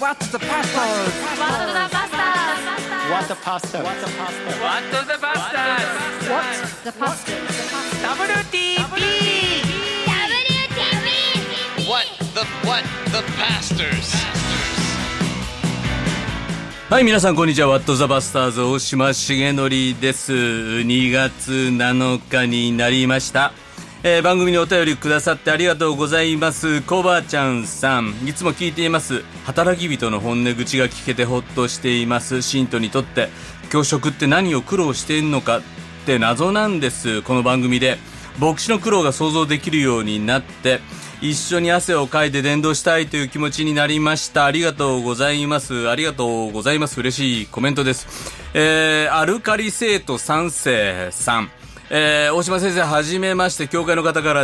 What the Pastors? What the Pastors? What the Pastors? What the Pastors? What the Pastors? WTP! What the Pastors? はい、皆さんこんにちは。ワットザバスターズ大島重則です。2月7日になりました。番組にお便りくださってありがとうございます。コバちゃんさん、いつも聞いています。働き人の本音口が聞けてほっとしています。信徒にとって教職って何を苦労しているのかって謎なんです。この番組で牧師の苦労が想像できるようになって一緒に汗をかいて伝道したいという気持ちになりました。ありがとうございます。ありがとうございます。嬉しいコメントです。アルカリ生徒3世さん、大島先生はじめまして。教会の方から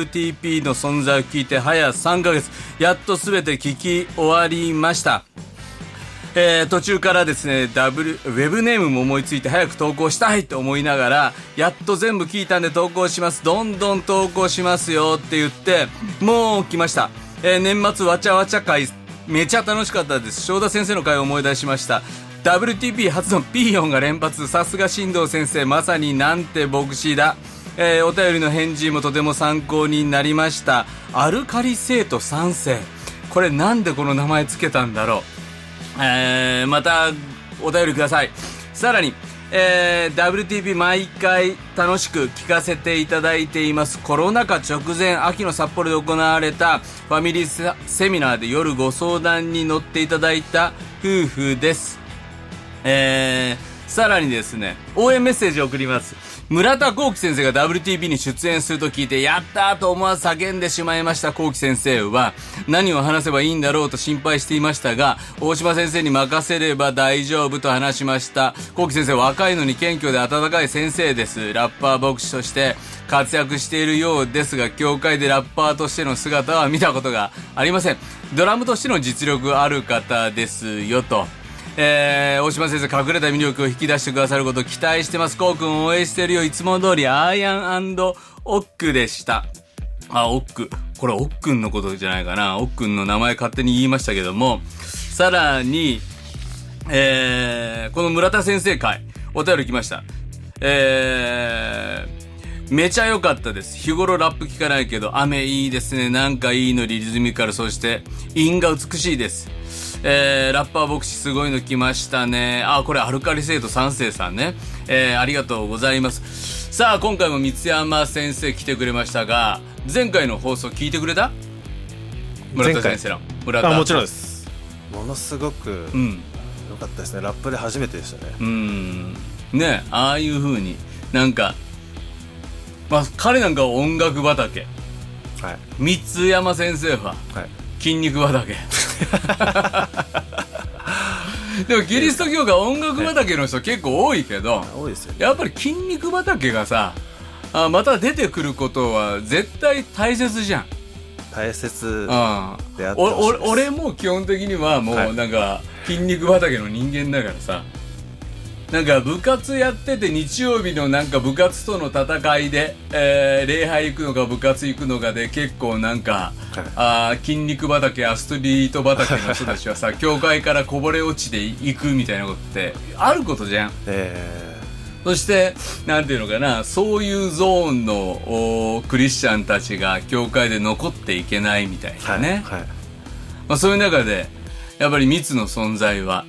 WTP の存在を聞いて早3ヶ月、やっとすべて聞き終わりました。途中からですね、ウェブネームも思いついて早く投稿したいと思いながら、やっと全部聞いたんで投稿します。どんどん投稿しますよって言って、もう来ました。年末わちゃわちゃ会、めちゃ楽しかったです。正田先生の会を思い出しました。WTP 初のピーヨンが連発。さすが新藤先生、まさになんて牧師だ。お便りの返事もとても参考になりました。アルカリ生徒3世、これなんでこの名前つけたんだろう。またお便りください。さらに、WTP 毎回楽しく聞かせていただいています。コロナ禍直前、秋の札幌で行われたファミリーセミナーで夜ご相談に乗っていただいた夫婦です。さらにですね、応援メッセージを送ります。村田幸喜先生が WTP に出演すると聞いて、やったーと思わず叫んでしまいました。幸喜先生は何を話せばいいんだろうと心配していましたが、大島先生に任せれば大丈夫と話しました。幸喜先生は若いのに謙虚で温かい先生です。ラッパー牧師として活躍しているようですが、教会でラッパーとしての姿は見たことがありません。ドラムとしての実力ある方ですよと。大島先生、隠れた魅力を引き出してくださることを期待してます。こうくん応援してるよ。いつも通りアーヤン&オックでした。オック、これオックんのことじゃないかな。オックんの名前勝手に言いましたけども、さらに、この村田先生会お便り来ました。めちゃ良かったです。日頃ラップ聞かないけど雨いいですね。なんかいいのリズミカル、そして韻が美しいです。ラッパー牧師すごいの来ましたね。これアルカリ生徒3世さんね。ありがとうございます。さあ、今回も三山先生来てくれましたが、前回の放送聞いてくれた？村田先生の村田。 もちろんです。ものすごく良かったですね。ラップで初めてでしたね。 ね、ああいう風になんか、彼なんか音楽畑、はい、三山先生は、筋肉畑でもキリスト教が音楽畑の人結構多いけど、 多いですよね。 やっぱり筋肉畑がさ、また出てくることは絶対大切じゃん。 大切であってほしいです。 俺も基本的にはもうなんか筋肉畑の人間だからさ、なんか部活やってて日曜日のなんか部活との戦いで、礼拝行くのか部活行くのかで結構なんか、筋肉畑、アスリート畑の人たちはさ教会からこぼれ落ちていくみたいなことってあることじゃん。そしてなんていうのかな、そういうゾーンのクリスチャンたちが教会で残っていけないみたいなね、そういう中でやっぱり密の存在は、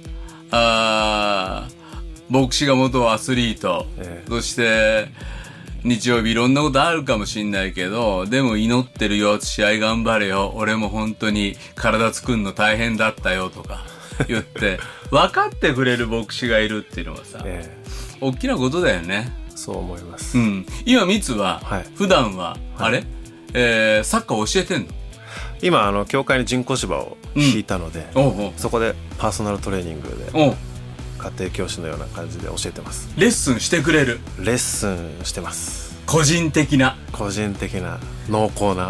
牧師が元アスリート、そして日曜日いろんなことあるかもしんないけど、でも祈ってるよ、試合頑張れよ、俺も本当に体作るの大変だったよとか言って分かってくれる牧師がいるっていうのはさ、大きなことだよね。 そう思います。 今ミツは、普段は、サッカー教えてんの？ 今教会に人工芝を引いたので、そこでパーソナルトレーニングで家庭教師のような感じで教えてます。 レッスンしてくれる？ レッスンしてます。 個人的な濃厚な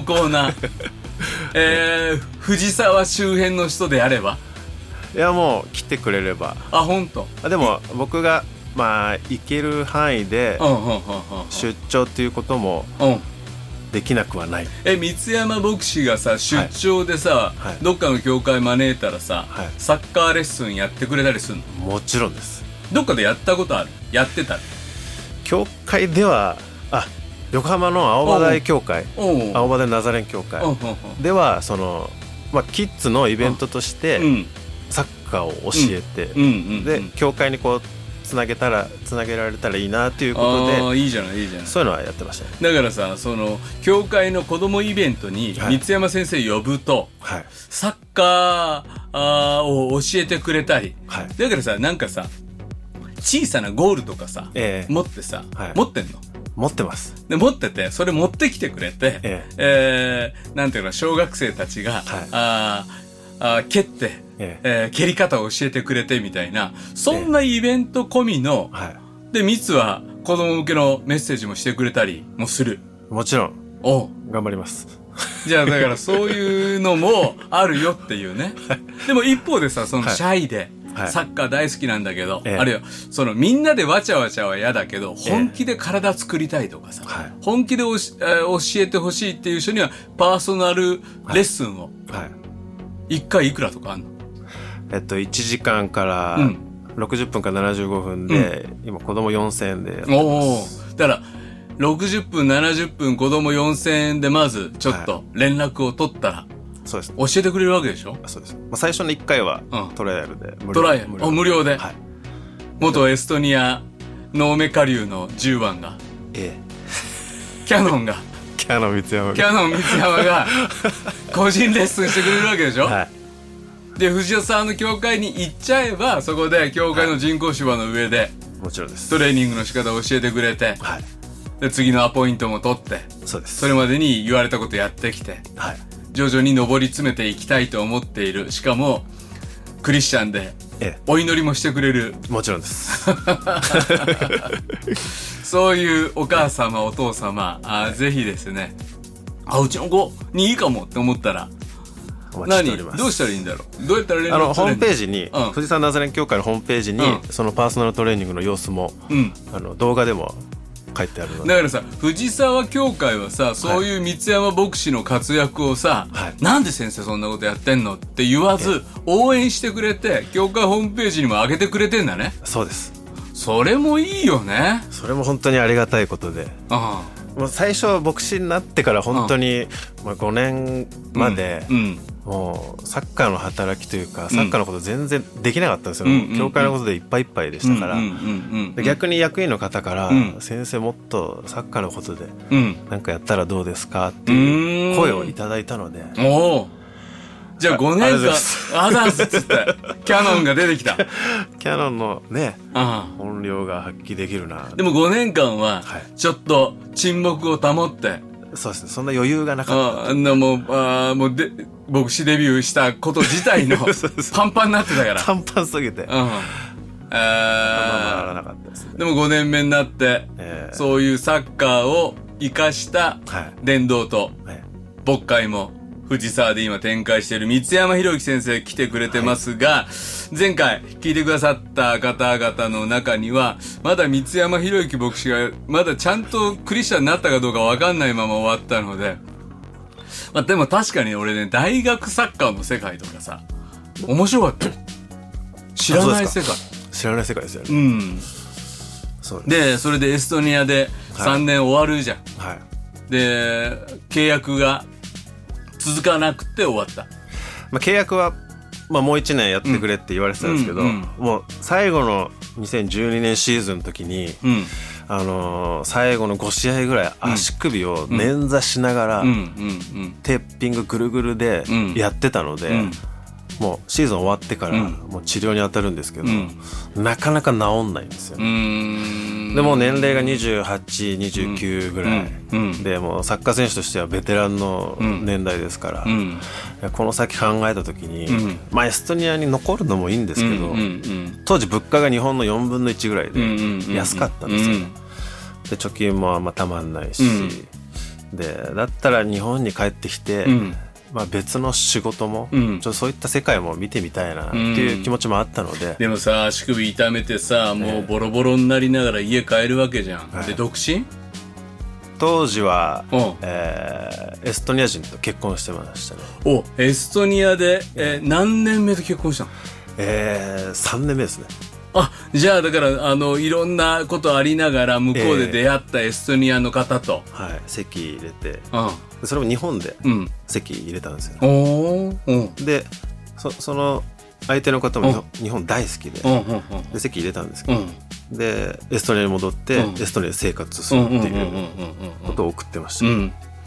藤沢周辺の人であれば、 いやもう来てくれれば。 本当？ でも僕が行ける範囲で出張っていうこともできなくはない。 三山牧師がさ出張でさ、はい、どっかの教会招いたらさ、はい、サッカーレッスンやってくれたりするの？ もちろんです。 どっかでやったことある？やってた？ 教会では横浜の青葉台教会、青葉台ナザレン教会ではその、キッズのイベントとしてサッカーを教えて、で教会にこうつなげられたらいいなということで、 いいじゃないいいじゃない、そういうのはやってましたね。だからさ、その教会の子供イベントに三山先生呼ぶと、はい、サッカーを教えてくれたり、はい、だからさ、なんかさ小さなゴールとかさ、持ってさ、はい、持ってんの？ 持ってます。 で持ってて、それ持ってきてくれて、なんていうか小学生たちが、はい、蹴って、蹴り方を教えてくれてみたいな、そんなイベント込みの、でミツは子供向けのメッセージもしてくれたりもする。 もちろん。頑張ります。 じゃあだからそういうのもあるよっていうね。でも一方でさ、そのシャイで、サッカー大好きなんだけど、あるいはそのみんなでわちゃわちゃは嫌だけど、本気で体作りたいとかさ、本気で教えてほしいっていう人にはパーソナルレッスンを1回いくらとかあんの ？1時間から60分から75分で、今子供4000円でやってます。 だから60分70分子供4000円でまずちょっと連絡を取ったら、 そうです、 教えてくれるわけでしょ？ そうです。最初の1回はトライアルで、 トライアル無料で、はい、元エストニアノーメ下流の10番が、キャノン三山が個人レッスンしてくれるわけでしょ？はい、で藤田さんの教会に行っちゃえば、そこで教会の人工芝の上で、 もちろんです、 トレーニングの仕方を教えてくれて、はい、で次のアポイントも取って、 そうです。 それまでに言われたことやってきて、はい、徐々に上り詰めていきたいと思っている。しかもクリスチャンでお祈りもしてくれる。 もちろんです。 そういうお母様お父様、ぜひですね、うちの子にいいかもって思ったらどうしたらいいんだろう？どうやったら連絡ホームページに、藤沢ナザレン教会のホームページに、そのパーソナルトレーニングの様子も、動画でも書いてあるので。 だからさ、藤沢教会はさ、そういう三山牧師の活躍をさ、なんで先生そんなことやってんのって言わず、応援してくれて、教会ホームページにも上げてくれてんだね。 そうです。 それもいいよね。 それも本当にありがたいことで、もう最初牧師になってから本当に、5年まで、もうサッカーの働きというか、サッカーのこと全然できなかったんですよ。教会のことでいっぱいいっぱいでしたから、逆に役員の方から、先生もっとサッカーのことでなんかやったらどうですかっていう声をいただいたので、 じゃあ5年間アダンスっつってキャノンが出てきた。 キャノンのね、本領が発揮できるな。 でも5年間はちょっと沈黙を保って、 そうですね、そんな余裕がなかった。 もう牧師デビューしたこと自体のパンパンになってたから。 パンパンすぎて。頭回らなかったですね。 でも5年目になって、そういうサッカーを生かした伝道と牧会も藤沢で今展開している三山博之先生来てくれてますが、前回聞いてくださった方々の中には、まだ三山博之牧師がまだちゃんとクリスチャンになったかどうか分かんないまま終わったので、でも確かに俺ね、大学サッカーの世界とかさ、面白かった。知らない世界。 知らない世界ですよね。 そうで、それでエストニアで3年終わるじゃん。で、契約が続かなくて終わった。 契約は、もう1年やってくれって言われてたんですけど、もう最後の2012年シーズンの時に、最後の5試合ぐらい足首を捻挫しながらテーピングぐるぐるでやってたので、もうシーズン終わってからもう治療に当たるんですけど、なかなか治んないんですよね。でも年齢が28、29ぐらいで、もうサッカー選手としてはベテランの年代ですから、この先考えた時に、エストニアに残るのもいいんですけど、当時物価が日本の4分の1ぐらいで安かったんですよ。で貯金もあんまたまんないし、でだったら日本に帰ってきて、別の仕事も、ちょっとそういった世界も見てみたいなっていう気持ちもあったので。 でもさ、足首痛めてさ、もうボロボロになりながら家帰るわけじゃん。で独身？ 当時は、エストニア人と結婚してましたね。 お、エストニアで、何年目で結婚したの ？3年目ですね。 あ、じゃあだからいろんなことありながら向こうで出会ったエストニアの方と、 はい、籍入れて、それも日本で籍入れたんですよ、でその相手の方も日本大好きで、で籍入れたんですけど、でエストニアに戻って、エストニアで生活するっていうことを送ってました、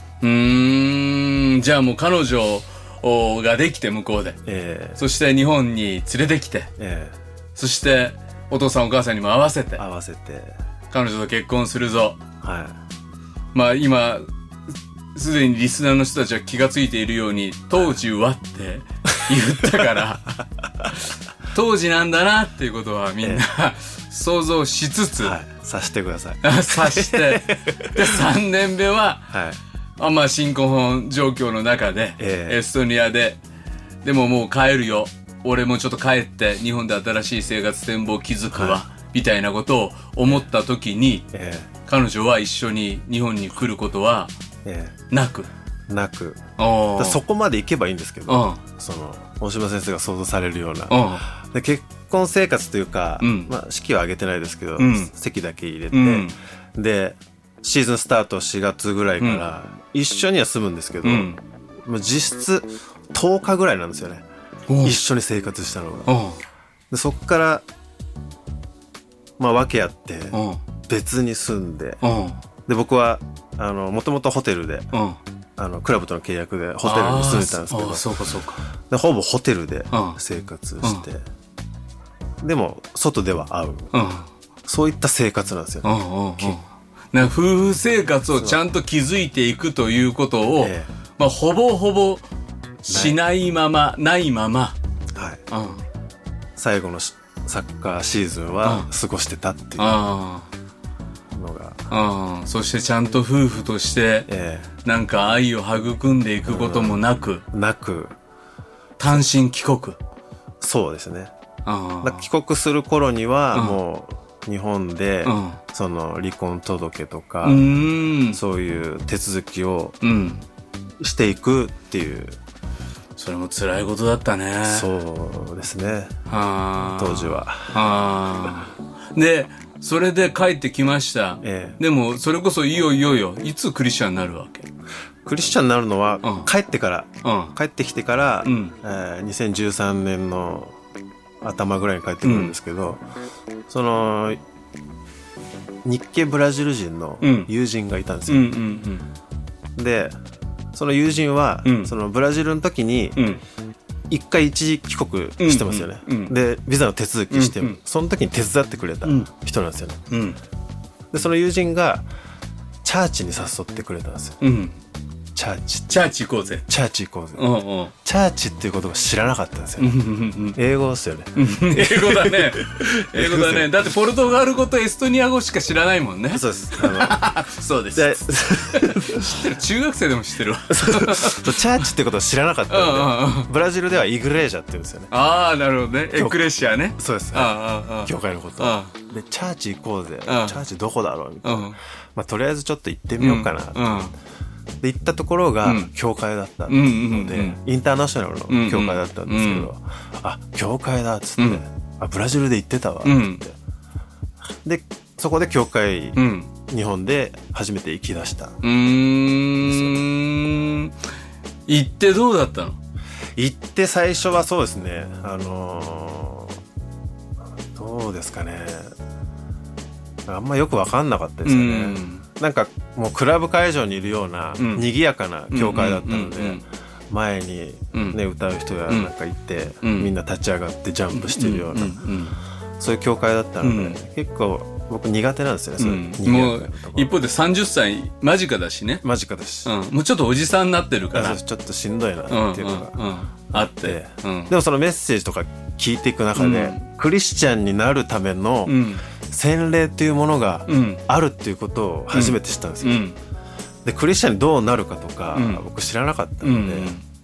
じゃあもう彼女ができて向こうで、そして日本に連れてきて、そしてお父さんお母さんにも合わせて彼女と結婚するぞ。はい。まあ今すでにリスナーの人たちは気がついているように当時はって言ったから当時なんだなっていうことはみんな、想像しつつ、 察してください。 察してで3年目は、まあ新婚状況の中で、エストニアででももう帰るよ、俺もちょっと帰って日本で新しい生活展望を築くわ、みたいなことを思った時に、彼女は一緒に日本に来ることはなく、 そこまで行けばいいんですけど、その大島先生が想像されるような、で結婚生活というか、まあ、式は挙げてないですけど、籍だけ入れて、でシーズンスタート4月ぐらいから一緒には住むんですけど、もう実質10日ぐらいなんですよね、一緒に生活したのが。でそこからまあ分け合って別に住んで、で僕はもともとホテルで、クラブとの契約でホテルに住んでたんですけど、でほぼホテルで生活して、でも外では会う、そういった生活なんですよね。 夫婦生活をちゃんと築いていくということを、まあ、ほぼほぼしないままないまま、 最後のサッカーシーズンは過ごしてたっていうのが、そしてちゃんと夫婦としてなんか愛を育んでいくこともなく、単身帰国。 そうですね。帰国する頃にはもう日本でその離婚届とかそういう手続きをしていくっていう。 それも辛いことだったね。 そうですね、当時は。 でそれで帰ってきました、でもそれこそいよいよいつクリスチャンになるわけ？ クリスチャンになるのは帰ってから、帰ってきてから、2013年の頭ぐらいに帰ってくるんですけど、その日系ブラジル人の友人がいたんですよ、でその友人は、そのブラジルの時に一回一時帰国してますよね、でビザの手続きして、その時に手伝ってくれた人なんですよね、でその友人がチャーチに誘ってくれたんですよ、チャーチ行こうぜチャーチっていうことを知らなかったんですよ、英語ですよね。 英語だね英語だね。だってポルトガル語とエストニア語しか知らないもんね。 そうですそうです。知ってる、中学生でも知ってるわ。 チャーチってことを知らなかったんで、ブラジルではイグレージャって言うんですよね。 ああ、なるほどね。エクレシアね。 そうです、教会のことで、チャーチ行こうぜ、チャーチどこだろうみたいな、まあとりあえずちょっと行ってみようかなって、で行ったところが教会だったので、インターナショナルの教会だったんですけど、あ、教会だっつって、あ、ブラジルで行ってたわって、でそこで教会、日本で初めて行き出した。 行ってどうだったの？ 行って最初はそうですね、どうですかね、あんまよく分かんなかったですよね、なんかもうクラブ会場にいるような賑やかな教会だったので、前に、ね、歌う人がなんかいて、みんな立ち上がってジャンプしてるような、そういう教会だったので、結構僕苦手なんですよね、 もう一方で30歳間近だしね。 間近だし、 もうちょっとおじさんになってるからちょっとしんどいなっていうのがあって、でもそのメッセージとか聞いていく中で、クリスチャンになるための洗礼っていうものがあるっていうことを初めて知ったんですよ、でクリスチャンにどうなるかとか、僕知らなかったので、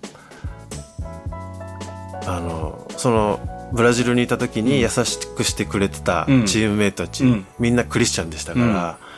そのブラジルにいた時に優しくしてくれてたチームメイトたち、みんなクリスチャンでしたから、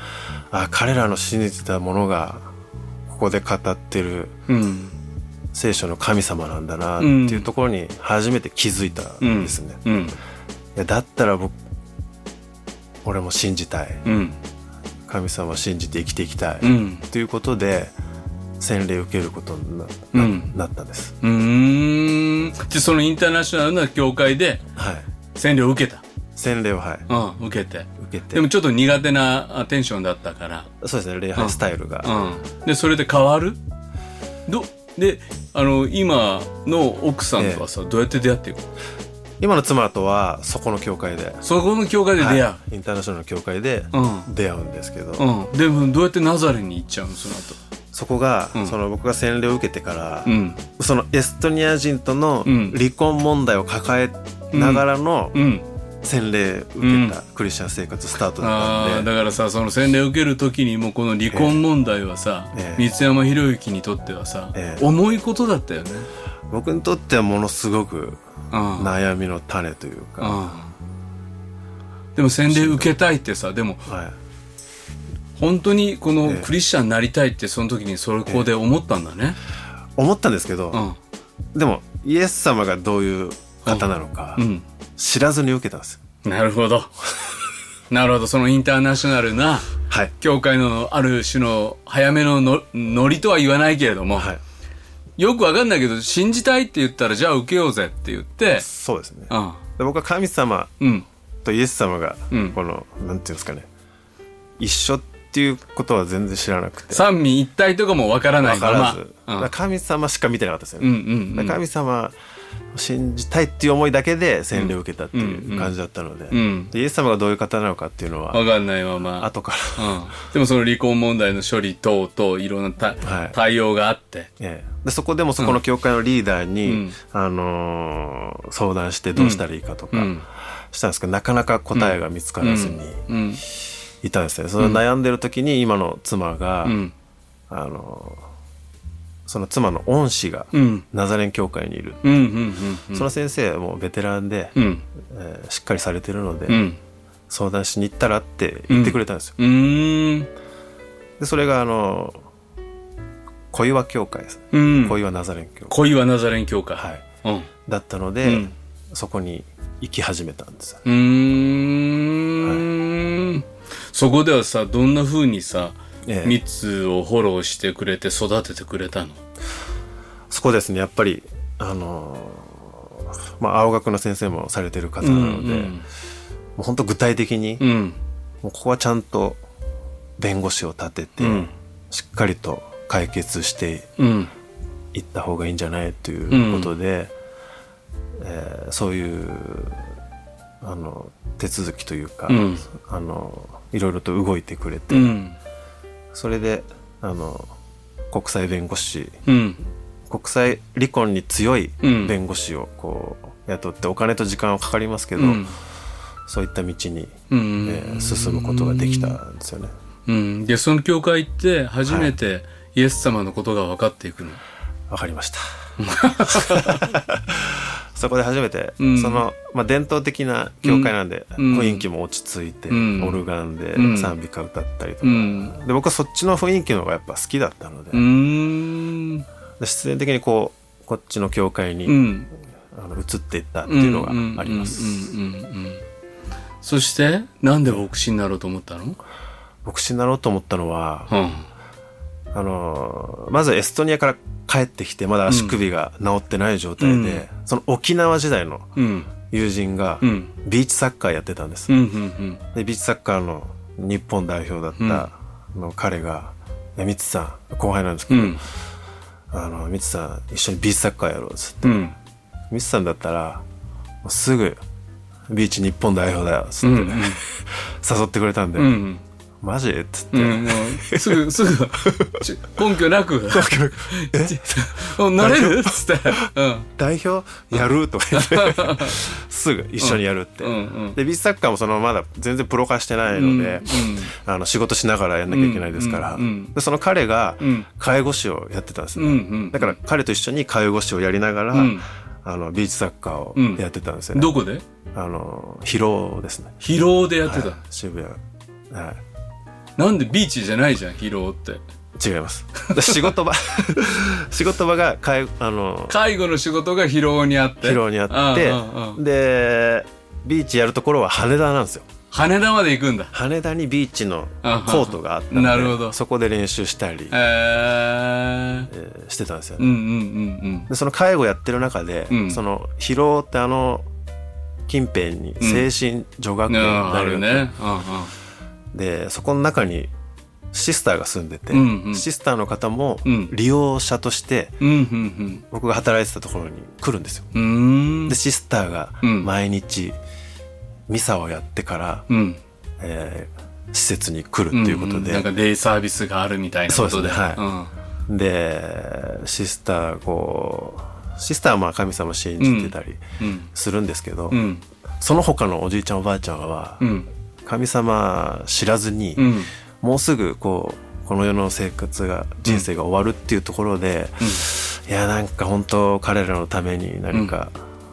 彼らの信じてたものがここで語ってる聖書の神様なんだなっていうところに初めて気づいたんですね。いやだったら俺も信じたい、神様を信じて生きていきたい、ということで洗礼を受けることに なったんです。 でそのインターナショナルな教会で洗礼を受けた。 洗礼を受けてでもちょっと苦手なテンションだったから。 そうですね、礼拝スタイルが、 でそれで変わるで今の奥さんとはさ、どうやって出会っていくの？ 今の妻とはそこの教会で出会う、 インターナショナルの教会で出会うんですけど、 でもどうやってナザレに行っちゃうの？その後そこが、その僕が洗礼を受けてから、そのエストニア人との離婚問題を抱えながらの洗礼を受けたクリスチャン生活スタートだったんで、 だからさ、その洗礼を受ける時にもこの離婚問題はさ、三山博之にとってはさ、重いことだったよね。 僕にとってはものすごく悩みの種というか、 でも洗礼受けたいってさ、でも、本当にこのクリスチャンになりたいってその時にそこで思ったんだね。 思ったんですけど、でもイエス様がどういう方なのか知らずに受けたんです。 なるほどなるほど。そのインターナショナルな教会のある種の早めのノリとは言わないけれども、よくわかんないけど信じたいって言ったらじゃあ受けようぜって言って。 そうですね、で僕は神様とイエス様がこのなんていうんですかね、一緒っていうことは全然知らなくて、 三位一体とかもわからないまま、 神様しか見てなかったですよね。神様を信じたいっていう思いだけで洗礼を受けたっていう感じだったので、イエス様がどういう方なのかっていうのはわかんないまま後から、 でもその離婚問題の処理等々いろんな対応があって、 でそこでもそこの教会のリーダーに、相談してどうしたらいいかとかしたんですけど、なかなか答えが見つからずにいたんですね。その悩んでる時に今の妻が、その妻の恩師がナザレン教会にいる、その先生はもうベテランで、しっかりされてるので、相談しに行ったらって言ってくれたんですよ。でそれが小岩教会です、小岩ナザレン教会、 小岩ナザレン教会、 だったので、そこに行き始めたんです。 そこではさ、どんな風にさ、ミツをフォローしてくれて育ててくれたの？ そこですね、やっぱり青学の先生もされてる方なので、もう本当具体的に、もうここはちゃんと弁護士を立てて、しっかりと解決していった方がいいんじゃないということで、そういう手続きというか、いろいろと動いてくれて、それで国際弁護士、国際離婚に強い弁護士をこう雇って、お金と時間はかかりますけど、そういった道に、進むことができたんですよね。 でその教会って初めてイエス様のことが分かっていくの？ 分かりましたそこで初めて、その、伝統的な教会なんで、雰囲気も落ち着いて、オルガンで賛美歌歌ったりとか、で僕はそっちの雰囲気の方がやっぱ好きだったので、必然的にこっちの教会に、移っていったっていうのがあります。 そしてなんで牧師になろうと思ったの？ 牧師になろうと思ったのは、まずエストニアから帰ってきてまだ足首が治ってない状態で、その沖縄時代の友人がビーチサッカーやってたんです。でビーチサッカーの日本代表だった彼が「ミツさん」後輩なんですけど「ミツさん一緒にビーチサッカーやろう」っつって、ミツさんだったらもうすぐビーチ日本代表だよっつって、誘ってくれたんで、マジっつって、 すぐ根拠なくなれるっつって、 代表やるとか言ってすぐ一緒にやるって、でビーチサッカーもそのまだ全然プロ化してないので、仕事しながらやんなきゃいけないですから、でその彼が介護士をやってたんですね、だから彼と一緒に介護士をやりながら、ビーチサッカーをやってたんですよね。 どこで？ 広尾ですね。 広尾でやってた、 渋谷。 なんでビーチじゃないじゃん、疲労って。 違います仕事場が介護の仕事が疲労にあってでビーチやるところは羽田なんですよ。 羽田まで行くんだ。 羽田にビーチのコートがあったんで、 なるほど、 そこで練習したり、してたんですよね。でその介護やってる中で、その疲労って近辺に精神女学園があるね、でそこの中にシスターが住んでて、シスターの方も利用者として僕が働いてたところに来るんですよ。でシスターが毎日ミサをやってから、施設に来るっていうことで、 なんかデイサービスがあるみたいなことで、 でシスターはまあ神様信じてたりするんですけど、その他のおじいちゃんおばあちゃんは神様知らずに、もうすぐこの世の生活が人生が終わるっていうところで、いやなんか本当彼らのために何か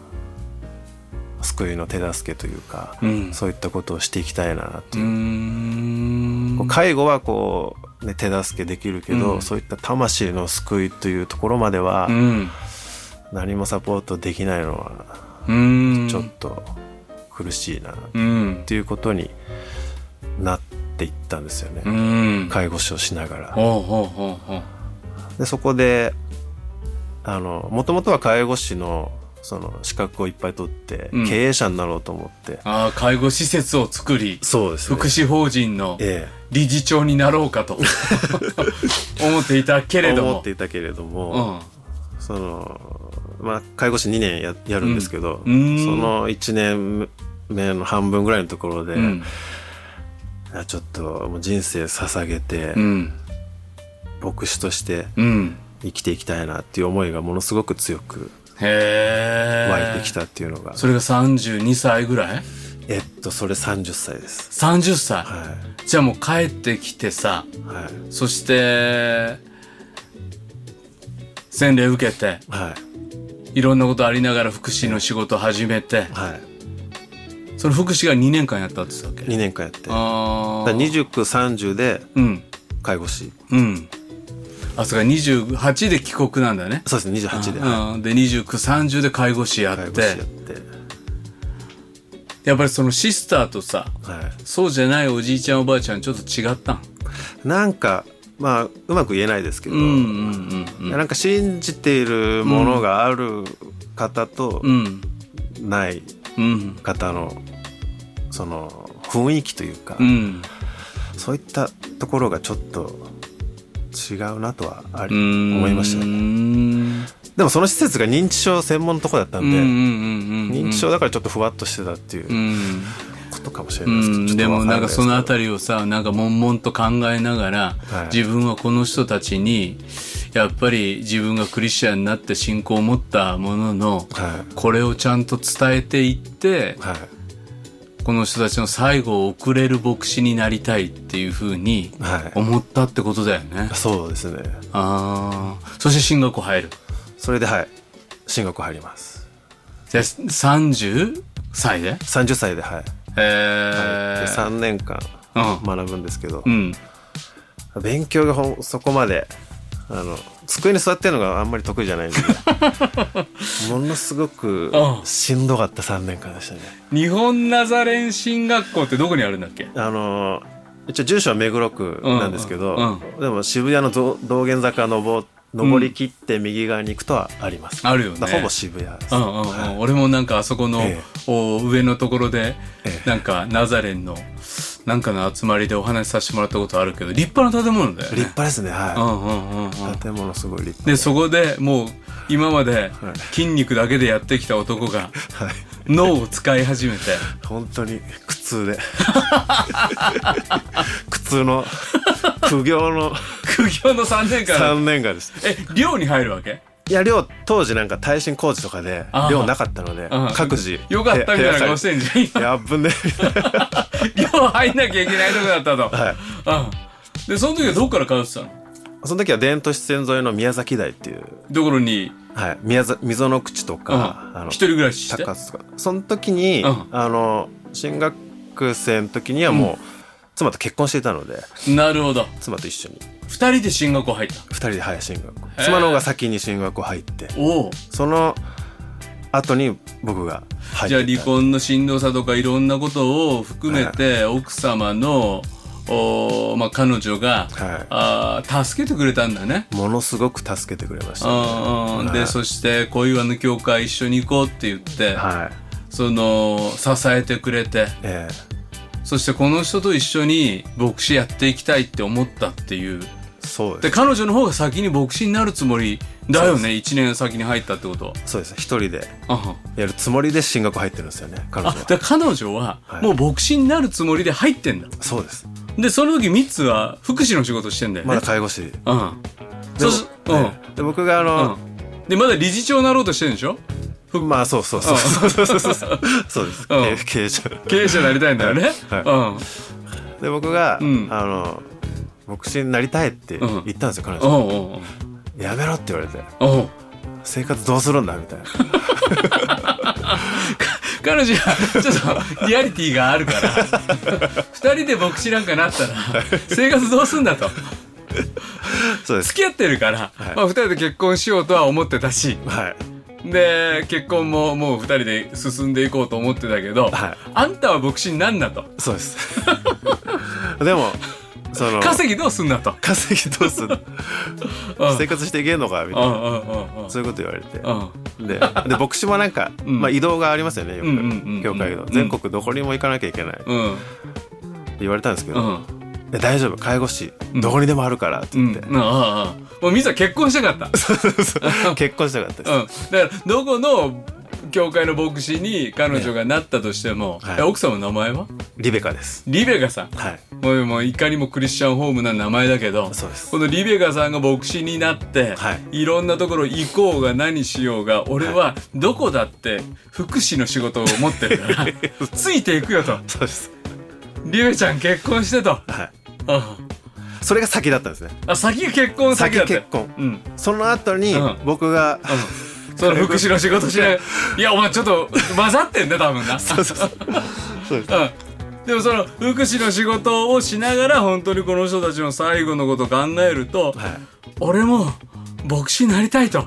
救いの手助けというか、そういったことをしていきたいなっていう。介護は手助けできるけど、そういった魂の救いというところまでは何もサポートできないのはちょっと苦しいなっていうことになっていったんですよね、介護士をしながら。でそこでもともとは介護士のその資格をいっぱい取って経営者になろうと思って、 介護施設を作り、 そうですね、 福祉法人の理事長になろうかと思っていたけれども、介護士2年 やるんですけど、その1年目の半分ぐらいのところで、ちょっともう人生捧げて、牧師として生きていきたいなっていう思いがものすごく強く湧いてきたっていうのが。それが32歳ぐらい？ それ30歳です。 30歳、じゃあもう帰ってきてさ、そして洗礼受けて、いろんなことありながら福祉の仕事を始めて、その福祉が2年間やったって言ったっけ ？2年間やって、29、30で介護士、そうか、28で帰国なんだね。 そうですね、28で。 で、29、30で介護士やって。やっぱりそのシスターとさ、そうじゃないおじいちゃんおばあちゃんちょっと違ったん？ なんか、うまく言えないですけど、なんか信じているものがある方と、ない方の、その雰囲気というか、そういったところがちょっと、違うなとは思いましたね。でもその施設が認知症専門のところだったんで、認知症だからちょっとふわっとしてたっていうことかもしれないですけど、 でもなんかそのあたりをさ、なんか悶々と考えながら、自分はこの人たちにやっぱり自分がクリスチャンになって信仰を持ったものの、これをちゃんと伝えていって、この人たちの最後を送れる牧師になりたいっていうふうに思ったってことだよね。 そうですね。 そして進学校入る。 それで進学校入ります。 じゃあ30歳で ？30歳で、で3年間学ぶんですけど、勉強がそこまで机に座ってるのがあんまり得意じゃないんでものすごくしんどかった3年間でしたね。 日本ナザレン進学校ってどこにあるんだっけ？ 一応住所は目黒区なんですけど、でも渋谷の道玄坂登り切って右側に行くとはあります。 あるよね。 ほぼ渋谷です。 俺もなんかあそこの上のところでなんかナザレンのなんかの集まりでお話しさせてもらったことあるけど、立派な建物だよね。 立派ですね。建物すごい立派で、そこでもう今まで筋肉だけでやってきた男が脳を使い始めて、 本当に苦痛で苦痛の苦行の 3年間。 3年間です。 寮に入るわけ？ いや、寮当時なんか耐震工事とかで寮なかったので、各自よかったみたいな顔してんじゃん。 やっぶね寮入んなきゃいけないとこだったと。でその時はどこから通ってたの？ その時は伝統支線沿いの宮崎台っていうところに、 溝の口とか、 一人暮らしして高津とか、その時に、進学生の時にはもう、 妻と結婚していたので、 なるほど。 妻と一緒に二人で進学校入った。 2人で進学校、妻の方が先に進学校入って、 おお。 その後に僕が入ってた。 じゃあ離婚のしんどさとかいろんなことを含めて、奥様の彼女が、助けてくれたんだね。 ものすごく助けてくれましたね。 で、そして恋話の教会一緒に行こうって言って、その支えてくれて、そしてこの人と一緒に牧師やっていきたいって思ったっていう。 そうです。 で、彼女の方が先に牧師になるつもりだよね。1年先に入ったってことは。 そうです。一人でやるつもりで進学入ってるんですよね、彼女は。 で、彼女はもう牧師になるつもりで入ってんだ。 そうです。 で、その時ミッツは福祉の仕事してんだよね。 まだ介護士。で僕がで、まだ理事長になろうとしてるんでしょ。 まあそうそうそうそうです。経営者になりたいんだよね。 で、僕が牧師になりたいって言ったんですよ、彼女。やめろって言われて、生活どうするんだみたいな。 彼女はちょっとリアリティがあるから二人で牧師なんかなったら生活どうすんだと。 そうです。 付き合ってるから、二人で結婚しようとは思ってたし、で結婚ももう二人で進んでいこうと思ってたけど、あんたは牧師になんなと。 そうですでも稼ぎどうすんなと。 稼ぎどうすんの生活していけんのかみたいな、そういうこと言われて、で牧師もなんか、移動がありますよね、よく教会の全国どこにも行かなきゃいけないって言われたんですけど、大丈夫、介護士どこにでもあるからって言って、 もうみんな結婚したかった結婚したかったです、 だからどこの教会の牧師に彼女がなったとしても、奥様の名前はリベカです。 リベカさん、もういかにもクリスチャンホームな名前だけど、 そうです。 このリベカさんが牧師になって、いろんなところ行こうが何しようが、俺はどこだって福祉の仕事を持ってるからついていくよと。 そうです。 リベちゃん結婚してと。 それが先だったんですね。 先が結婚先だった。 先結婚、その後に僕が、 その福祉の仕事しない。いや、お前ちょっと混ざってんね、多分な。 そうです。 でもその福祉の仕事をしながら本当にこの人たちの最後のことを考えると、俺も牧師になりたいと、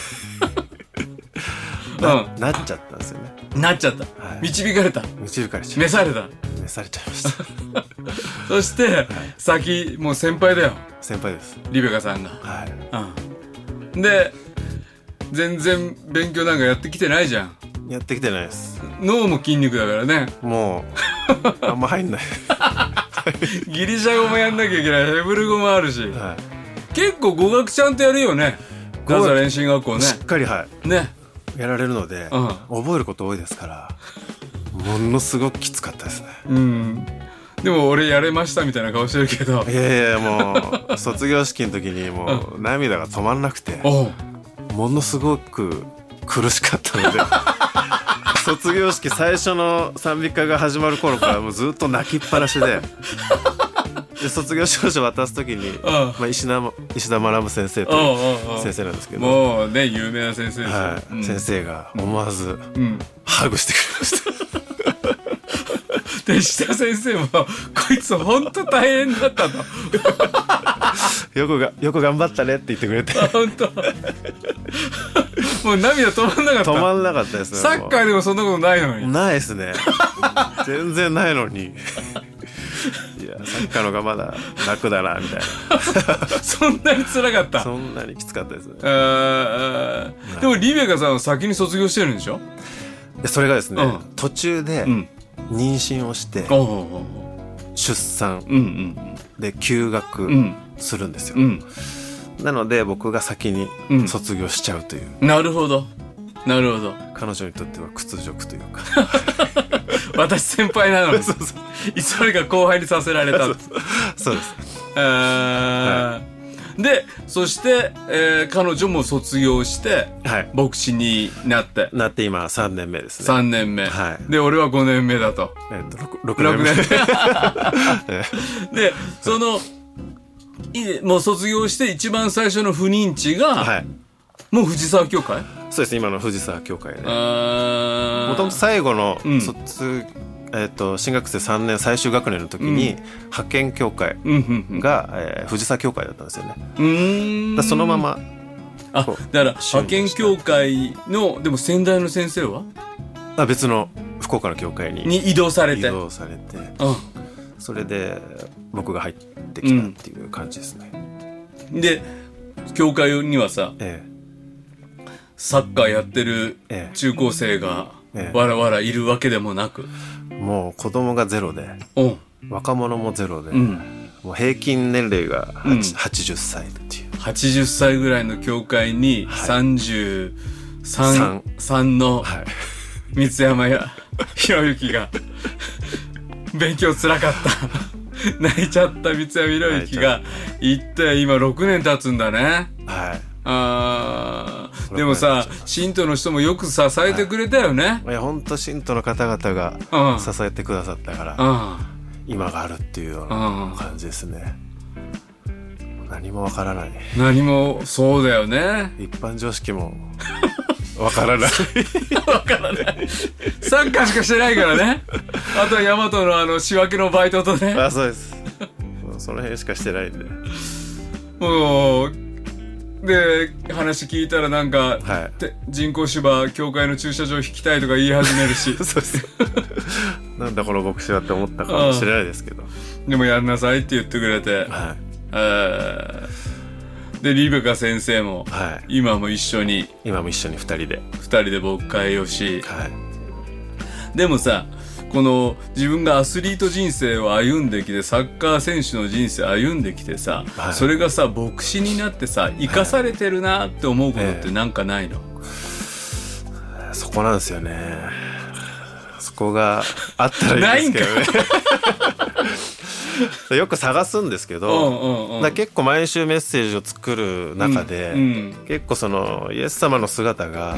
なっちゃったんですよね。 なっちゃった。導かれた。 導かれちゃう。 召された。 召されちゃいましたそして先もう先輩だよ。 先輩です。 リベカさんが。で全然勉強なんかやってきてないじゃん。 やってきてないです。 脳も筋肉だからね。 もうあんま入んないギリシャ語もやんなきゃいけない。ヘブル語もあるし、結構語学ちゃんとやるよね。ナザレン進学校ね。 しっかりねやられるので、覚えること多いですから、ものすごくきつかったですね。 でも俺やれましたみたいな顔してるけど、 いやいや、もう卒業式の時にもう涙が止まんなくて、ものすごく苦しかったので卒業式最初の賛美歌が始まる頃からもうずっと泣きっぱなしで卒業証書渡す時に、石田学先生という先生なんですけど、 もうね有名な先生ですよ、 先生が思わずハグしてくれましたで石田先生もこいつ本当大変だったとよく頑張ったねって言ってくれて本当もう涙止まんなかった。 止まんなかったですね。 サッカーでもそんなことないのに。 ないですね全然ないのにいや、サッカーのがまだ楽だなみたいなそんなに辛かった。 そんなにきつかったですね。 でもリベカさんは先に卒業してるんでしょ。 それがですね、途中で妊娠をして出産で休学するんですよ、なので僕が先に卒業しちゃうという、 なるほどなるほど。 彼女にとっては屈辱というか私先輩なのにそれが後輩にさせられた。 そうです。 でそして、彼女も卒業して、牧師になって今3年目ですね。 3年目、で俺は5年目だと、 6年目でそのもう卒業して一番最初の赴任地が、もう藤沢教会。 そうです、今の藤沢教会で、もともと最後の卒新学生3年最終学年の時に、派遣協会が、藤沢協会だったんですよね。そのままだから派遣協会のでも先代の先生は別の福岡の協会に移動されて、 それで僕が入ってきたっていう感じですね。 で協会にはさ、サッカーやってる中高生がわらわらいるわけでもなく、 もう子供がゼロで、若者もゼロで、もう平均年齢が80歳っていう 80歳ぐらいの協会に33の三山博之が勉強つらかった泣いちゃった三山博之が行って今6年経つんだね。でもさ信徒の人もよく支えてくれたよね。 いや本当信徒の方々が支えてくださったから、今があるっていうような感じですね。何もわからない。何もそうだよね。 一般常識もわからないわからない。サッカーしかしてないからね。あとは大和の仕分けのバイトとね。 そうです。その辺しかしてないんで。 もうで話聞いたらなんか、人工芝教会の駐車場引きたいとか言い始めるしそうですなんだこの牧師はって思ったかもしれないですけど、 でもやんなさいって言ってくれて、でリベカ先生も、今も一緒に 2人で牧会をし、でもさこの自分がアスリート人生を歩んできてサッカー選手の人生歩んできてさ、それがさ牧師になってさ生かされてるなって思うことってなんかないの？ そこなんですよね。そこがあったらいいんですけどねよく探すんですけど、結構毎週メッセージを作る中で、結構そのイエス様の姿が、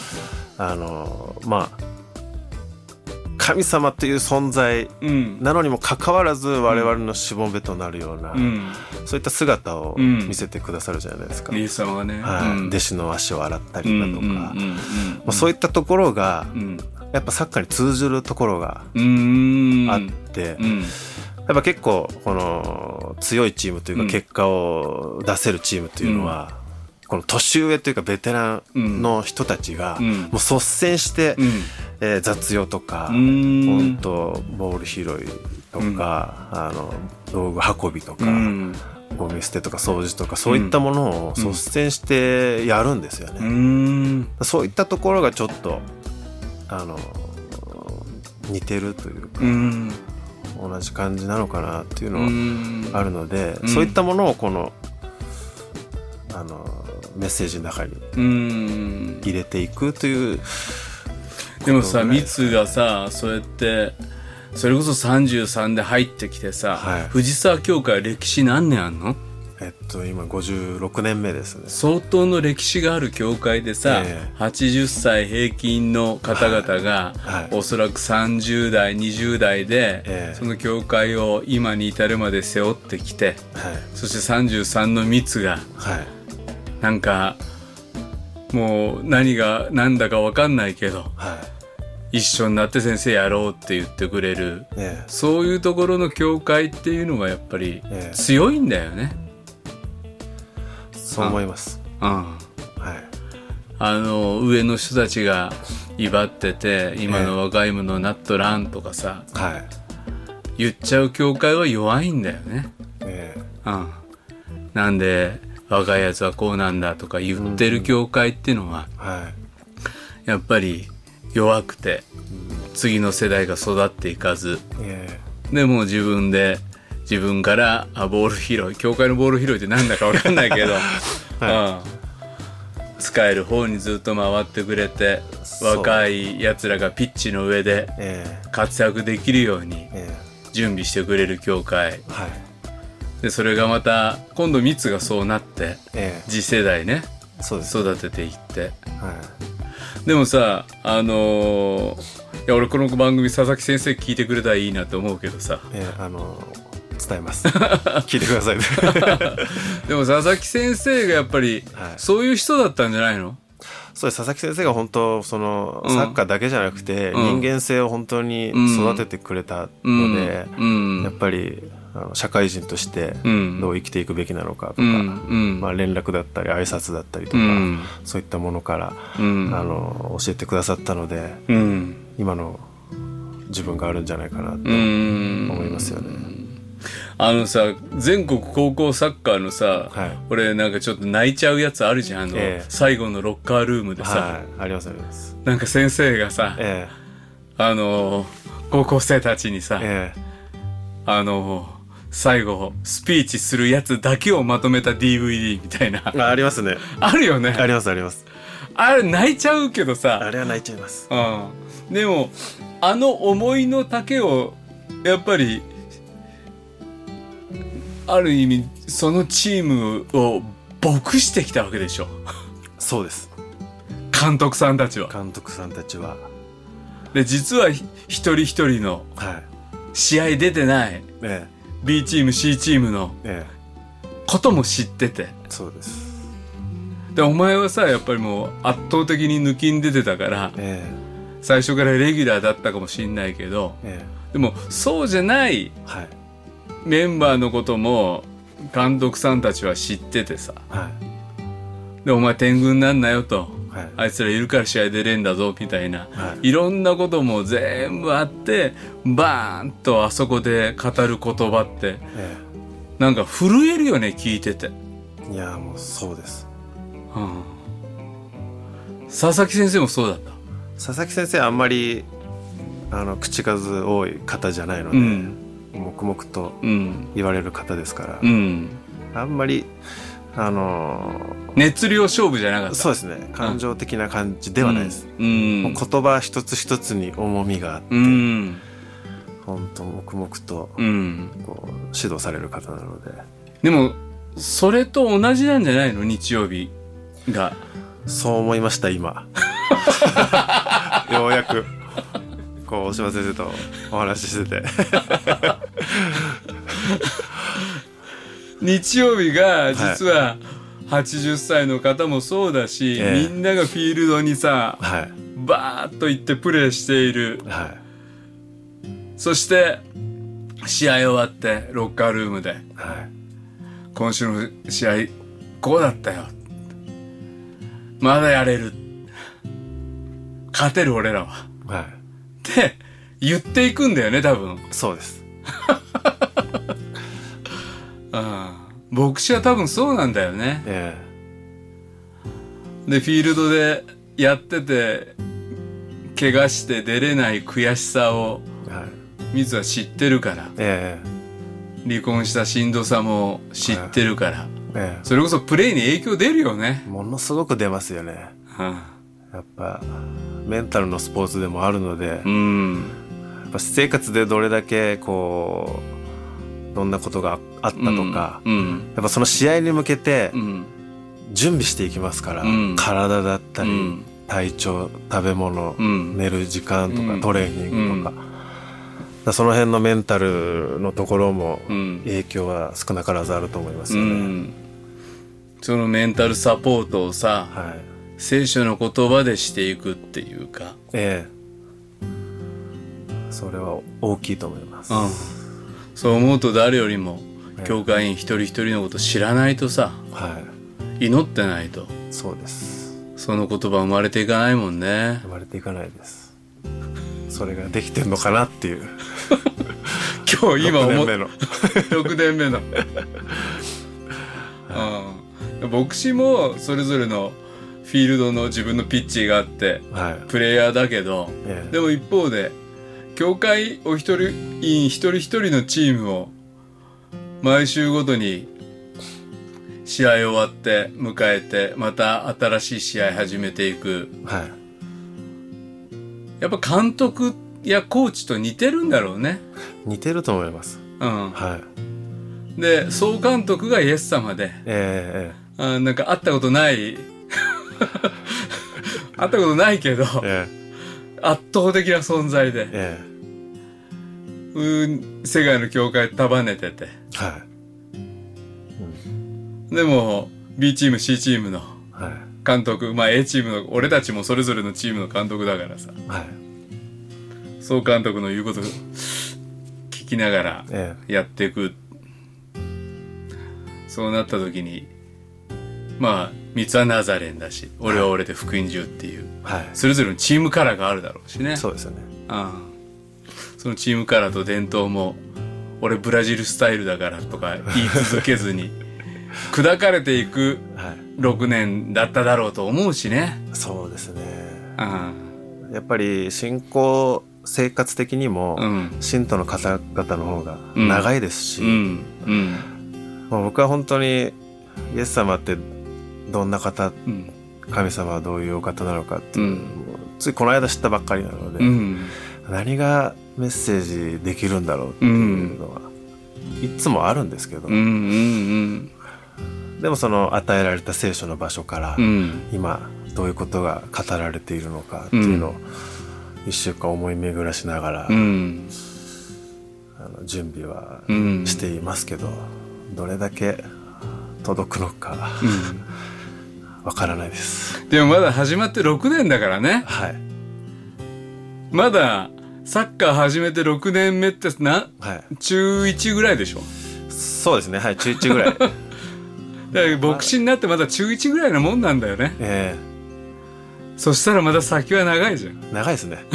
神様という存在なのにもかかわらず我々のしもべとなるような、そういった姿を見せてくださるじゃないですか。 イエス様がね、 弟子の足を洗ったりだとか、そういったところがやっぱサッカーに通じるところがあって、やっぱ結構この強いチームというか結果を出せるチームというのは、この年上というかベテランの人たちがもう率先して、雑用とか本当ボール拾いとか、道具運びとか、ゴミ捨てとか掃除とかそういったものを率先してやるんですよね。そういったところがちょっと似てるというか、同じ感じなのかなっていうのはあるので、そういったものをこのメッセージの中に入れていくという。 でもさミツがさそうやってそれこそ33で入ってきてさ、藤沢教会は歴史何年あんの？ 今56年目ですね。 相当の歴史がある教会でさ、80歳平均の方々が、おそらく30代20代で、その教会を今に至るまで背負ってきて、そして33のミツが、なんかもう何が何だか分かんないけど、一緒になって先生やろうって言ってくれる、そういうところの教会っていうのがやっぱり強いんだよね。 そう思います。 上の人たちが威張ってて今の若い者なっとらんとかさ、言っちゃう教会は弱いんだよね。なんで若いやつはこうなんだとか言ってる教会っていうのは、やっぱり弱くて、次の世代が育っていかず、でも自分からボール拾い、教会のボール拾いってなんだか分かんないけど、使える方にずっと回ってくれて、若いやつらがピッチの上で活躍できるように準備してくれる教会、でそれがまた今度ミツがそうなって、次世代ね育てていって、でもさいや俺この番組佐々木先生聞いてくれたらいいなと思うけどさ、 伝えます聞いてくださいねでも佐々木先生がやっぱり、そういう人だったんじゃないの？ そうです。佐々木先生が本当そのサッカーだけじゃなくて、人間性を本当に育ててくれたので、やっぱり社会人としてどう生きていくべきなのかとか、まあ、連絡だったり挨拶だったりとか、そういったものから教えてくださったので、今の自分があるんじゃないかなと思いますよね。 さ、全国高校サッカーのさ、 はい、 俺なんかちょっと泣いちゃうやつあるじゃん、最後のロッカールームでさ、 はい、ありますあります。 なんか先生がさ、高校生たちにさ、最後スピーチするやつだけをまとめた DVD みたいな。 ありますね。 あるよね。 ありますあります。 あれ泣いちゃうけどさ。 あれは泣いちゃいます。 でも思いの丈をやっぱりある意味そのチームを牧してきたわけでしょ。 そうです。 監督さんたちは。で実は一人一人の試合出てない、B チーム C チームのことも知ってて、 そうです。 でお前はさやっぱりもう圧倒的に抜きん出てたから、最初からレギュラーだったかもしれないけど、でもそうじゃない、メンバーのことも監督さんたちは知っててさ、でお前天狗になんなよと、あいつらいるから試合出れんだぞみたいな、いろんなことも全部あってバーンとあそこで語る言葉って、なんか震えるよね聞いてて。 いやもうそうです、 佐々木先生もそうだった？ 佐々木先生あんまり口数多い方じゃないので、黙々と言われる方ですから、あんまり熱量勝負じゃなかった。 そうですね。感情的な感じではないです。もう言葉一つ一つに重みがあって、本当黙々とこう指導される方なので。 でもそれと同じなんじゃないの？日曜日が。 そう思いました今。ようやくこう大島先生とお話ししてて。 日曜日が実は80歳の方もそうだし、みんながフィールドにさ、バーッと行ってプレーしている、そして試合終わってロッカールームで、今週の試合こうだったよ、まだやれる、勝てる俺らは、って言っていくんだよね多分。 そうです。 牧師は多分そうなんだよね、でフィールドでやってて怪我して出れない悔しさを水は知ってるから、離婚したしんどさも知ってるから、それこそプレーに影響出るよね。 ものすごく出ますよね、やっぱメンタルのスポーツでもあるので、やっぱ私生活でどれだけこうどんなことがあったとか、やっぱその試合に向けて準備していきますから、体だったり、体調、食べ物、寝る時間とか、トレーニングとか、その辺のメンタルのところも影響は少なからずあると思いますよね。 そのメンタルサポートをさ、聖書の言葉でしていくっていうか、 それは大きいと思います。 そう思うと誰よりも教会員一人一人のこと知らないとさ、祈ってないと、 そうです。 その言葉生まれていかないもんね。 生まれていかないです。それができてんのかなっていう。 今日今 6年目の 6年目の牧師もそれぞれのフィールドの自分のピッチがあって、プレイヤーだけど、でも一方で教会お一人員一人一人のチームを毎週ごとに試合終わって迎えてまた新しい試合始めていく、やっぱ監督やコーチと似てるんだろうね。 似てると思います。 で総監督がイエス様で、なんか会ったことない会ったことないけど、圧倒的な存在で、世界の教会束ねてて、でも B チーム C チームの監督、まあ A チームの俺たちもそれぞれのチームの監督だからさ、 はい、 総監督の言うこと聞きながらやっていく、そうなった時にまあ三つはナザレンだし、俺は俺で福音獣っていう、はい、それぞれのチームカラーがあるだろうしね。 そうですよね。 そのチームカラーと伝統も俺ブラジルスタイルだからとか言い続けずに砕かれていく6年だっただろうと思うしね。 そうですね。やっぱり信仰生活的にも、信徒の方々の方が長いですし、まあ、僕は本当にイエス様ってどんな方、神様はどういうお方なのかっていう、ついこの間知ったばっかりなので、何がメッセージできるんだろうっていうのはいつもあるんですけど、でもその与えられた聖書の場所から、今どういうことが語られているのかっていうのを1週間思い巡らしながら、準備はしていますけど、どれだけ届くのかわからないです。 でもまだ始まって6年だからね。 はい。 まだサッカー始めて6年目ってはい、 中1ぐらいでしょ。 そうですね。はい、中1ぐらい。だから牧師になってまだ中1ぐらいのもんなんだよね。そしたらまだ先は長いじゃん。 長いですね。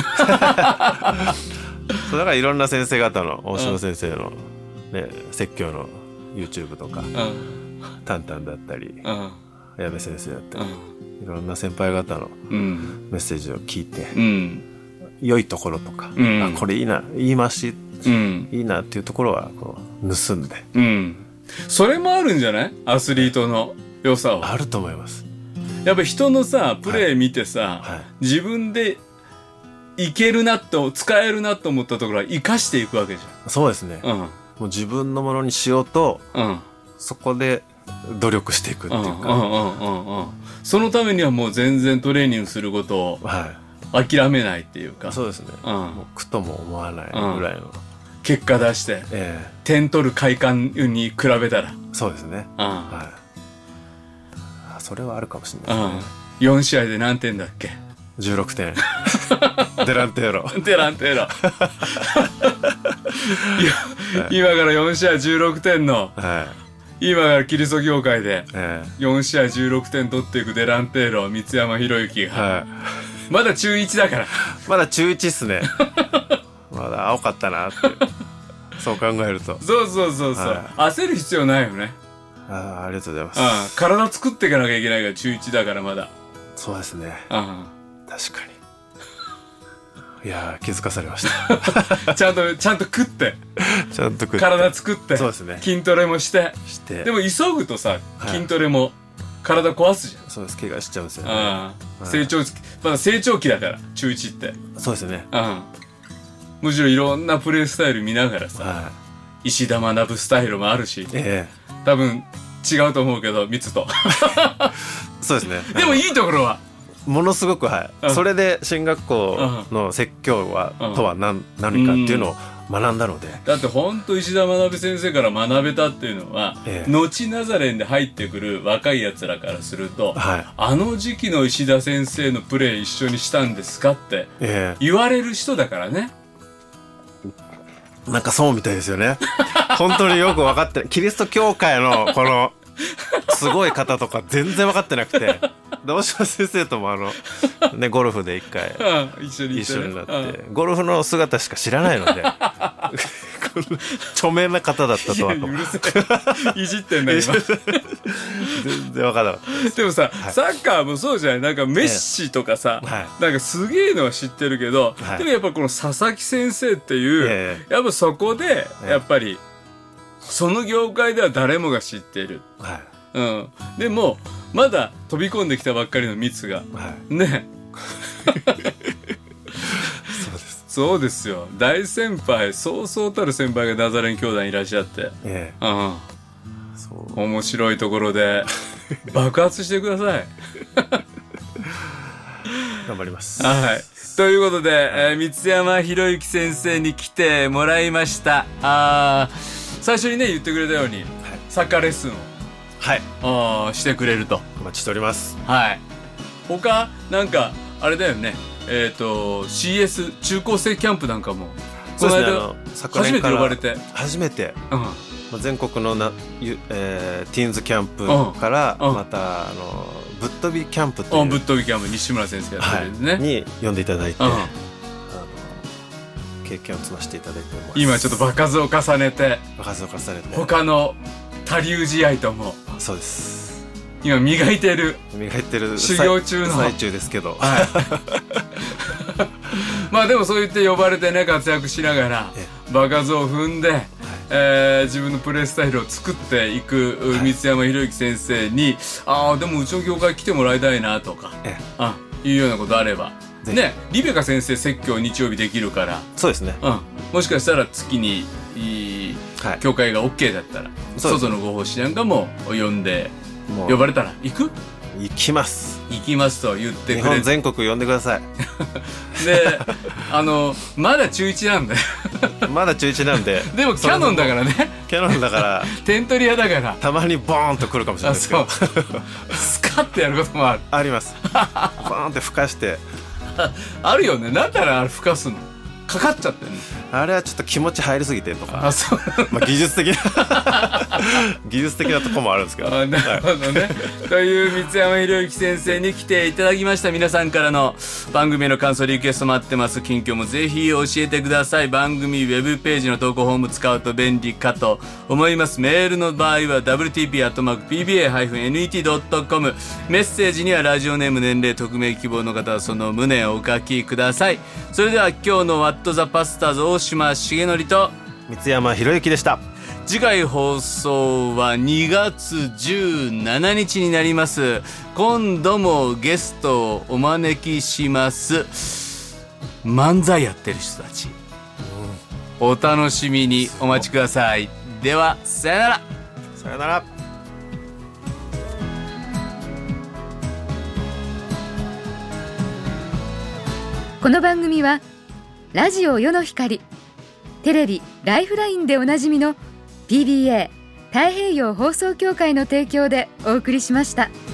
そうだからいろんな先生方の大島先生の、ね、説教の YouTube とか、タンタンだったり、矢部先生だったり、いろんな先輩方のメッセージを聞いて、良いところとか、あ、これいいな、言い回し、いいなっていうところはこう盗んで、 それもあるんじゃない？アスリートの良さは。 あると思います。 やっぱ人のさプレー見てさ、自分でいけるなと使えるなと思ったところは生かしていくわけじゃん。 そうですね。もう自分のものにしようと、そこで努力していくっていうか、 そのためにはもう全然トレーニングすることを諦めないっていうか、 そうですね。もう苦とも思わないぐらいの、 結果出して、点取る快感に比べたら、 そうですね。それはあるかもしれないですね。 4試合で何点だっけ ？16点。デランテーロ。 デランテーロ。今から4試合16点の、今からキリスト教会で4試合16点取っていくデランテーロ、三山博之が、まだ中1だから。 まだ中1っすね。まだ青かったなって。そう考えると。 そう。焦る必要ないよね。 ありがとうございます。 体作っていかなきゃいけないから、中1だからまだ。 そうですね。確かに。いやー、気づかされました。ちゃんと食って。 ちゃんと食って。 体作って。 そうですね。 筋トレもして。でも急ぐとさ、筋トレも体壊すじゃん。 そうです。怪我しちゃうんですよね。 まだ成長期だから、中1って。 そうですね。 むしろいろんなプレースタイル見ながらさ、石田学スタイルもあるし、多分違うと思うけど、ミツと。 そうですね。 でもいいところはものすごく、それで進学校の説教はとは何かっていうのを学んだので、 だって本当石田学先生から学べたっていうのは、後ナザレンで入ってくる若いやつらからすると、あの時期の石田先生のプレー一緒にしたんですかって言われる人だからね。 なんかそうみたいですよね。本当によく分かってない。キリスト教会のこのすごい方とか全然分かってなくて、大島先生ともね、ゴルフで一回一緒になって、ゴルフの姿しか知らないので、著名な方だったとは。 いじってんだ今。 全然分からなかったです。 でもさ、サッカーもそうじゃない。なんかメッシとかさ、なんかすげえのは知ってるけど、でもやっぱこの佐々木先生っていう、やっぱそこでやっぱりその業界では誰もが知ってる。でもまだ飛び込んできたばっかりのミツが、ね。そうですよ。大先輩、そうそうたる先輩がナザレン兄弟いらっしゃって、面白いところで爆発してください。 頑張ります。 ということで、三山博之先生に来てもらいました。最初にね言ってくれたように、サッカーレッスンをしてくれると。 お待ちしております。 他なんかあれだよね、CS 中高生キャンプなんかもこの間初めて呼ばれて初めて、全国のティーンズキャンプからまたぶっ飛びキャンプというぶっ飛びキャンプ西村先生やってるんですね、 に呼んでいただいて、経験を積ませていただいております。 今ちょっと場数を重ねて他の他流試合ともそうです今磨いてる修行中の最中ですけど、 まあでもそう言って呼ばれてね活躍しながら場数を踏んで、自分のプレースタイルを作っていく三山博之先生に、でもうちの業界来てもらいたいなとか、いうようなことあればね、リベカ先生説教日曜日できるから、 そうですね、 もしかしたら月に教会が OK だったら、外のご奉仕なんかも呼んで呼ばれたら行きますと言ってくれて、 日本全国呼んでくださいでまだ中1なんでまだ中1なんででもキャノンだからねキャノンだから点取り屋だからたまにボーンと来るかもしれないですけどスカッてやることもあるありますボーンって吹かしてあるよね。なんだろうあれ吹かすのかかっちゃってるの。 あれはちょっと気持ち入りすぎてとか、 そう、 技術的なところもあるんですけど、 なるほどね、という三山博之先生に来ていただきました。皆さんからの番組への感想リクエスト待ってます。近況もぜひ教えてください。番組ウェブページの投稿フォーム使うと便利かと思います。メールの場合は wtp@pba-net.com、 メッセージにはラジオネーム、年齢、匿名希望の方はその旨をお書きください。それでは今日のワットザパスターズ大島重則と三山博之でした。 次回放送は2月17日になります。今度もゲストをお招きします。漫才やってる人たち、お楽しみにお待ちください。ではさよなら。 さよなら。 この番組はラジオ世の光、テレビライフラインでおなじみの PBA 太平洋放送協会の提供でお送りしました。